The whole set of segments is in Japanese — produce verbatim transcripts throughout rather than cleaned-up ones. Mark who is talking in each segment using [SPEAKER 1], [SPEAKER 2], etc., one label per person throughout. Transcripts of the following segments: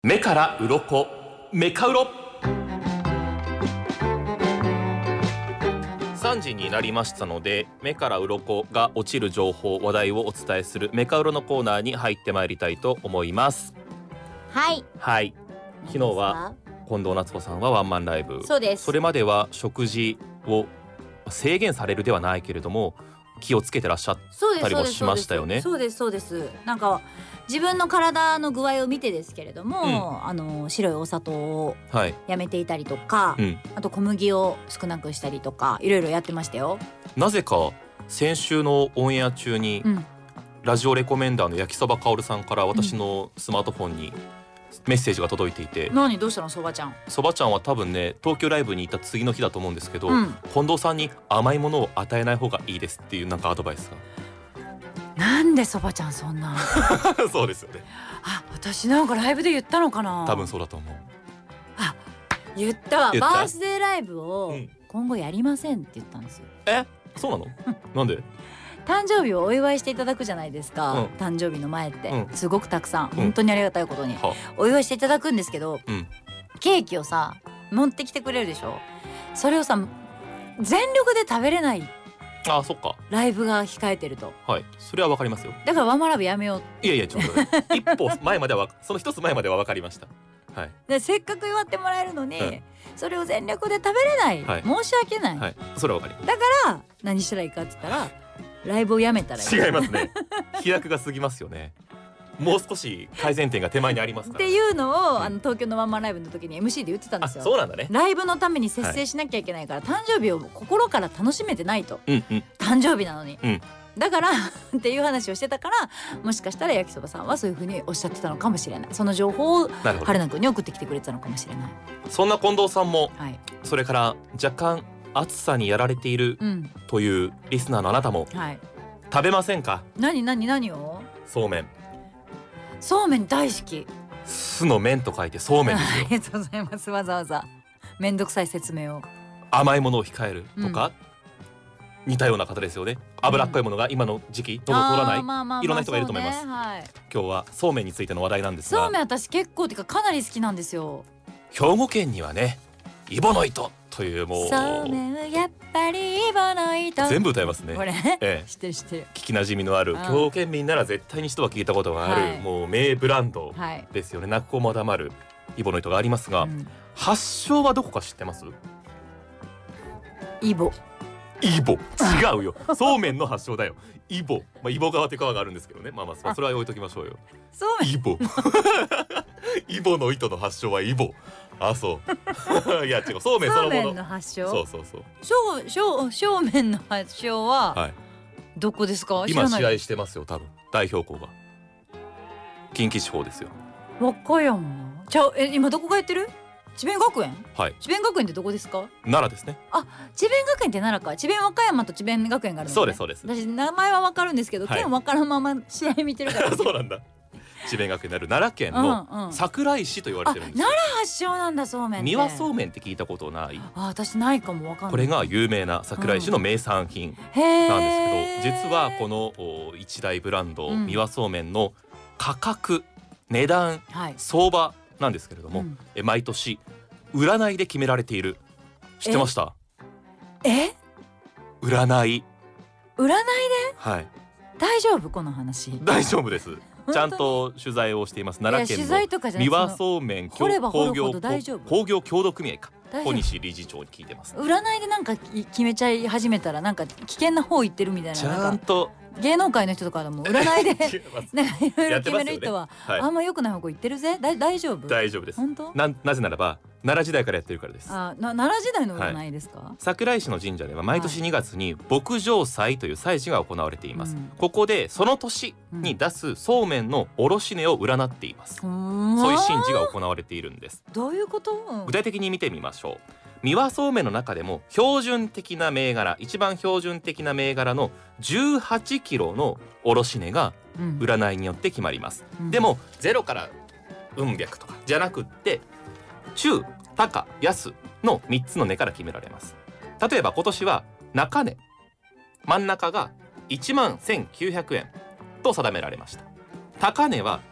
[SPEAKER 1] 目から鱗メカウロ。さんじになりましたので、目から鱗が落ちる情報話題をお伝えするメカウロのコーナーに入ってまいりたいと思います。
[SPEAKER 2] はい
[SPEAKER 1] はい、昨日は近藤夏子さんはワンマンライブ。
[SPEAKER 2] そうです。
[SPEAKER 1] それまでは食事を制限されるではないけれども気をつけてらっしゃったりもしましたよね。
[SPEAKER 2] そうですそうですそうです。なんか自分の体の具合を見てですけれども、うん、あの白いお砂糖をやめていたりとか、はい、うん、あと小麦を少なくしたりとかいろいろやってましたよ。
[SPEAKER 1] なぜか先週のオンエア中に、うん、ラジオレコメンダーの焼きそばかおるさんから私のスマートフォンにメッセージが届いていて、
[SPEAKER 2] うん、何どうしたのそばちゃん。
[SPEAKER 1] そばちゃんは多分ね東京ライブに行った次の日だと思うんですけど、うん、近藤さんに甘いものを与えない方がいいですっていうなんかアドバイスが。
[SPEAKER 2] なんでそばちゃんそんな
[SPEAKER 1] そうですよね。
[SPEAKER 2] あ、私なんかライブで言ったのかな。
[SPEAKER 1] 多分そうだと思う。
[SPEAKER 2] あ、言ったわ。バースデーライブを今後やりませんって言ったんですよ。
[SPEAKER 1] え、そうなのなんで。
[SPEAKER 2] 誕生日をお祝いしていただくじゃないですか、うん、誕生日の前って、うん、すごくたくさん、うん、本当にありがたいことにお祝いしていただくんですけど、うん、ケーキをさ持ってきてくれるでしょ。それをさ全力で食べれない。
[SPEAKER 1] あ、そっか。
[SPEAKER 2] ライブが控えてると。
[SPEAKER 1] はい、それはわかりますよ。
[SPEAKER 2] だからワンマンライブやめよう。
[SPEAKER 1] いやいやちょっと一歩前まではその一つ前まではわかりました。はい、
[SPEAKER 2] でせっかく祝ってもらえるのに、うん、それを全力で食べれない、はい、申し訳ない、はい、
[SPEAKER 1] それはわかります。
[SPEAKER 2] だから何したらいいかって言ったらライブをやめたらいい。
[SPEAKER 1] 違いますね。飛躍が過ぎますよね。もう少し改善点が手前にありますから、
[SPEAKER 2] っていうのを、うん、あの東京のワンマンライブの時に エムシー で言ってたんですよ。
[SPEAKER 1] そうなんだね。
[SPEAKER 2] ライブのために節制しなきゃいけないから、はい、誕生日を心から楽しめてないと、
[SPEAKER 1] うんうん、
[SPEAKER 2] 誕生日なのに、
[SPEAKER 1] うん、
[SPEAKER 2] だからっていう話をしてたから、もしかしたら焼きそばさんはそういう風におっしゃってたのかもしれない。その情報を春菜くんに送ってきてくれてたのかもしれない。
[SPEAKER 1] そんな近藤さんも、はい、それから若干暑さにやられているというリスナーのあなたも、はい、食べませんか。
[SPEAKER 2] 何何何を。
[SPEAKER 1] そうめん。
[SPEAKER 2] そうめん大好き。
[SPEAKER 1] 酢の麺と書いてそうめんですよ。
[SPEAKER 2] ありがとうございます。わざわざめんどくさい説明を。
[SPEAKER 1] 甘いものを控えるとか、うん、似たような方ですよね。脂っこいものが今の時期喉通らない、まあまあ、いろんな人がいると思います、ね、はい、今日はそうめんについての話題なんですが、
[SPEAKER 2] そうめん私結構てかかなり好きなんですよ。
[SPEAKER 1] 兵庫県にはねイボの糸というもう
[SPEAKER 2] そうめんはやっぱりイボの糸
[SPEAKER 1] 全部歌いますね。
[SPEAKER 2] これ、ええ、知ってる知ってる。
[SPEAKER 1] 聞きなじみのある、兵庫県民なら絶対に一度は聞いたことがある、はい、もう名ブランドですよね、はい、泣く子も黙るイボの糸がありますが、うん、発祥はどこか知ってます？
[SPEAKER 2] イボ。
[SPEAKER 1] イボ違うよ。そうめんの発祥だよ。イボ、まあ、イボ川という川があるんですけどね、まあまあそれは置いときましょうよ。
[SPEAKER 2] そうめん
[SPEAKER 1] イボイボの糸の発祥はイボ。あ、そういや違う、そうめんそのもの。そうめんの発祥。そうそうそう。
[SPEAKER 2] そうそうそうめんの発祥は、はい、どこですか？
[SPEAKER 1] 今試合してますよ多分代表校が近畿地方ですよ。
[SPEAKER 2] 和歌山じゃあえ今どこがやってる？智弁学園。
[SPEAKER 1] はい。
[SPEAKER 2] 智弁学園ってどこですか？
[SPEAKER 1] 奈良ですね。
[SPEAKER 2] あ、智弁学園って奈良か。智弁和歌山と智弁学園があるんですね。
[SPEAKER 1] そうですそうです。
[SPEAKER 2] 私名前はわかるんですけど、はい、県わからんまま試合見てるから。
[SPEAKER 1] そうなんだ。智弁学園になる奈良県の桜井市と言われてるんですよ。
[SPEAKER 2] 奈良発祥なんだそうめんって。
[SPEAKER 1] 三輪そうめんって聞いたことない？
[SPEAKER 2] あ、私ないかもわかんない。
[SPEAKER 1] これが有名な桜井市の名産品なんですけど、実はこの一大ブランド、うん、三輪そうめんの価格、値段、はい、相場なんですけれども、うん、え毎年占いで決められている。知ってました？
[SPEAKER 2] え？
[SPEAKER 1] 占い。
[SPEAKER 2] 占いで？
[SPEAKER 1] はい。
[SPEAKER 2] 大丈夫この話？
[SPEAKER 1] 大丈夫です。ちゃんと取材をしています。奈良県の三輪そうめん工業工業協同組合か小西理事長に聞いてます。
[SPEAKER 2] 占いでなんか決めちゃい始めたらなんか危険な方行ってるみたいな。
[SPEAKER 1] ちゃんと
[SPEAKER 2] 芸能界の人とかでも占いでなんかいろいろ決める人はあんま良くない方向行ってるぜ。だ大丈夫？
[SPEAKER 1] 大丈夫です。
[SPEAKER 2] 本当？
[SPEAKER 1] ななぜならば奈良時代からやってるからです。
[SPEAKER 2] あ、な奈良時代の占いですか？はい、
[SPEAKER 1] 桜井市の神社では毎年にがつに牧場祭という祭事が行われています。うん、ここでその年に出すそうめんの卸値を占っています。うん、そういう神事が行われているんです。
[SPEAKER 2] どういうこと？うん、
[SPEAKER 1] 具体的に見てみましょう。三輪そうめんの中でも標準的な銘柄、一番標準的な銘柄のじゅうはちキロの卸値が占いによって決まります。うん、でもゼロからうん百とかじゃなくって中高安のみっつの値から決められます。例えば今年は中値真ん中がいちまんせんきゅうひゃくえんと定められました。高値は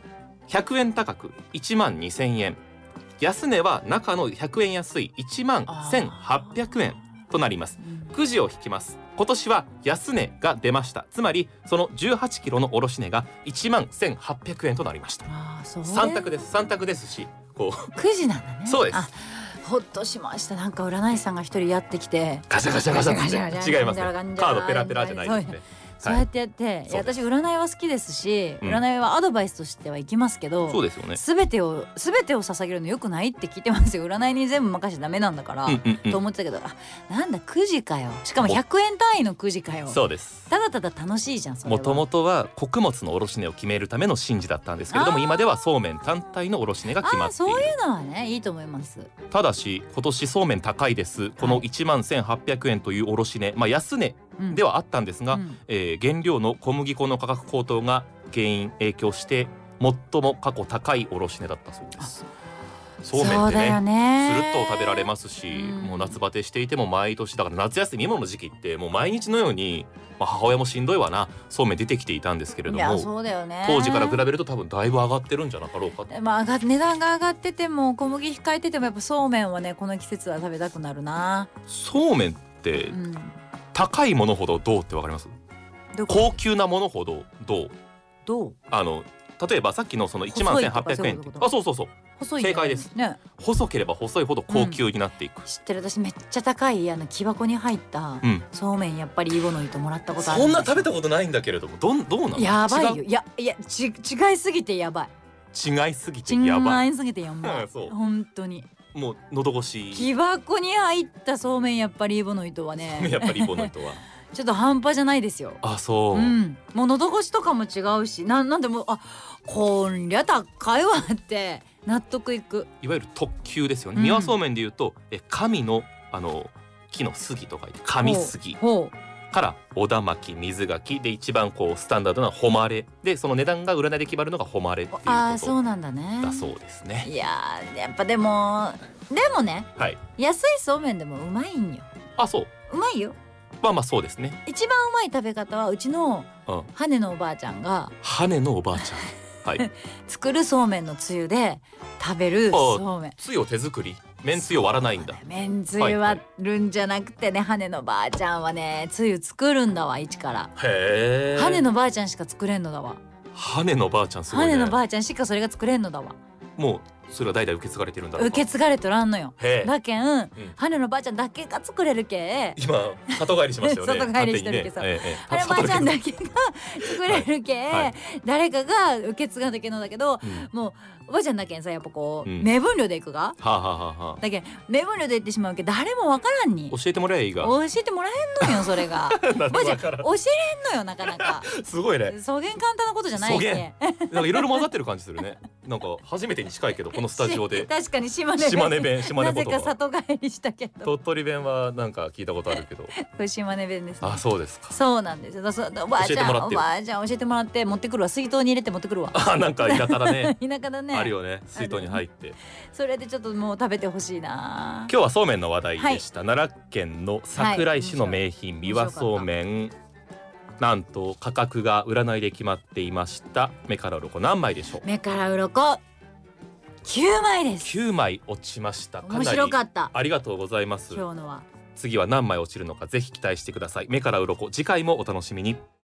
[SPEAKER 1] ひゃくえん高くいちまんにせんえん、安値は中のひゃくえん安いいちまんせんはっぴゃくえんとなります。くじを引きます。今年は安値が出ました。つまりそのじゅうはちキロの卸値がいちまんせんはっぴゃくえんとなりました。
[SPEAKER 2] あ、そう
[SPEAKER 1] さん択です。さん択ですし、こう
[SPEAKER 2] くじなんだね。
[SPEAKER 1] そうです。
[SPEAKER 2] あ、ほっとしました。なんか占い師さんが一人やってきて
[SPEAKER 1] ガシャガシャガシャって違いますね。カードペラペラじゃないですね。
[SPEAKER 2] そうやってやって、いや私占いは好きですし、うん、占いはアドバイスとしてはいきますけど、
[SPEAKER 1] そうですよね。
[SPEAKER 2] 全てを全てを捧げるのよくないって聞いてますよ。占いに全部任せちゃダメなんだから、うんうんうん、と思ってたけど、あ、なんだくじかよ。しかもひゃくえん単位のくじかよ。
[SPEAKER 1] そうです。
[SPEAKER 2] ただただ楽しいじゃん。
[SPEAKER 1] もともとは穀物の卸値を決めるための神事だったんですけれども、今ではそうめん単体の卸値が決まっている。
[SPEAKER 2] そういうのはねいいと思います。
[SPEAKER 1] ただし今年そうめん高いです。このいちまんせんはっぴゃくえんという卸値、まあ安値ではあったんですが、うん、えー、原料の小麦粉の価格高騰が原因影響して最も過去高い卸値だったそうです。そうめんってね、ね、つるっと食べられますし、うん、もう夏バテしていても毎年だから夏休み今の時期ってもう毎日のように、まあ、母親もしんどいわなそうめん出てきていたんですけれども、いやそうだよね、当時から比べると多分だいぶ上がってるんじゃなかろうかと。
[SPEAKER 2] まあ、値段が上がってても小麦控えててもやっぱそうめんはねこの季節は食べたくなるな。
[SPEAKER 1] そうめんって、うん、高いものほどどうってわかります？高級なものほどどう
[SPEAKER 2] どう
[SPEAKER 1] あの例えばさっきのそのいちまんせんはっぴゃくえんって、あ、そうそうそう、細い正解です、ね、細ければ細いほど高級になっていく、うん、
[SPEAKER 2] 知ってる。私めっちゃ高いあの木箱に入ったそうめんやっぱりイボの糸もらったことあるんですよ。
[SPEAKER 1] そんな食べたことないんだけれども、どんどうなの？
[SPEAKER 2] やばいよ。いやいやち違いすぎてやばい。
[SPEAKER 1] 違いすぎてやばい。
[SPEAKER 2] 違いすぎてやばい。そう本当に
[SPEAKER 1] もう喉越し。
[SPEAKER 2] 木箱に入ったそうめんやっぱりイボの糸はね
[SPEAKER 1] やっぱりイボの糸は
[SPEAKER 2] ちょっと半端じゃないですよ。
[SPEAKER 1] あ、そう、う
[SPEAKER 2] ん、もう喉越しとかも違うし、な、なんでもあこりゃ高いわって納得いく。
[SPEAKER 1] いわゆる特級ですよね、うん、三輪そうめんでいうとえ神のあの木の杉と書いて神杉から小田巻水柿で一番こうスタンダードな誉れで、その値段が占いで決まるのが誉れっていうこと
[SPEAKER 2] あ、そうなんだね。
[SPEAKER 1] だそうですね。
[SPEAKER 2] いややっぱでもでもね、はい、安いそうめんでもうまいんよ。
[SPEAKER 1] あ、そう
[SPEAKER 2] うまいよ。
[SPEAKER 1] まあまあそうですね。
[SPEAKER 2] 一番うまい食べ方はうちの羽のおばあちゃんが、
[SPEAKER 1] 羽のおばあちゃんはい、
[SPEAKER 2] 作るそうめんのつゆで食べるそうめん。
[SPEAKER 1] つゆを手作り、めんつゆ割らないんだ。
[SPEAKER 2] めんつゆ割るんじゃなくてね、羽のばあちゃんはねつゆ作るんだわ一から。
[SPEAKER 1] へえ。
[SPEAKER 2] 羽のばあちゃんしか作れんのだわ。
[SPEAKER 1] 羽のばあちゃんすごいね。
[SPEAKER 2] 羽のばあちゃんしかそれが作れんのだわ。
[SPEAKER 1] もうそれは代々受け継がれてるんだろうか。
[SPEAKER 2] 受け継がれとらんのよ。だけん、うん、羽のばあちゃんだけが作れるけ。
[SPEAKER 1] 今里帰りしましたよね。
[SPEAKER 2] 里帰りしてるけど、ね、羽のばあちゃんだけが作れるけ、はいはい、誰かが受け継がなきゃのだけど、うん、もうおばあちゃんだけんさやっぱこう、うん、目分量でいくが、はあはあはあ、だけん目分量でいってしまうけど誰もわからんに。
[SPEAKER 1] 教えてもらえいいが。
[SPEAKER 2] 教えてもらえんのよそれが。おばあちゃん教えれんのよなかなか。
[SPEAKER 1] すごいね。
[SPEAKER 2] そげん簡単なことじゃないけ。
[SPEAKER 1] なんかいろいろ混ざってる感じするね。なんか初めてに近いけどこのスタジオで。
[SPEAKER 2] 確かに島根弁。
[SPEAKER 1] 島根弁、島根
[SPEAKER 2] 言葉。なぜか里帰りしたけど。
[SPEAKER 1] 鳥取弁はなんか聞いたことあるけど。こ
[SPEAKER 2] れ島根弁ですね。
[SPEAKER 1] あ、そうですか。
[SPEAKER 2] そうなんですよ。おばあちゃん、おばあちゃん教えてもらって持ってくるわ。水筒に入れて持ってくるわ。
[SPEAKER 1] あ、なんか田舎だね。
[SPEAKER 2] 田舎だね。
[SPEAKER 1] あるよね。水筒に入って。
[SPEAKER 2] それでちょっともう食べてほしいな。
[SPEAKER 1] 今日はそうめんの話題でした。はい、奈良県の桜井市の名品、はい、三輪そうめん。なんと価格が占いで決まっていました。目から鱗何枚でしょう。
[SPEAKER 2] 目から鱗きゅうまいです。
[SPEAKER 1] きゅうまい落ちました。
[SPEAKER 2] 面白かった。
[SPEAKER 1] ありがとうございます。
[SPEAKER 2] 今日のは
[SPEAKER 1] 次は何枚落ちるのかぜひ期待してください。目から鱗、次回もお楽しみに。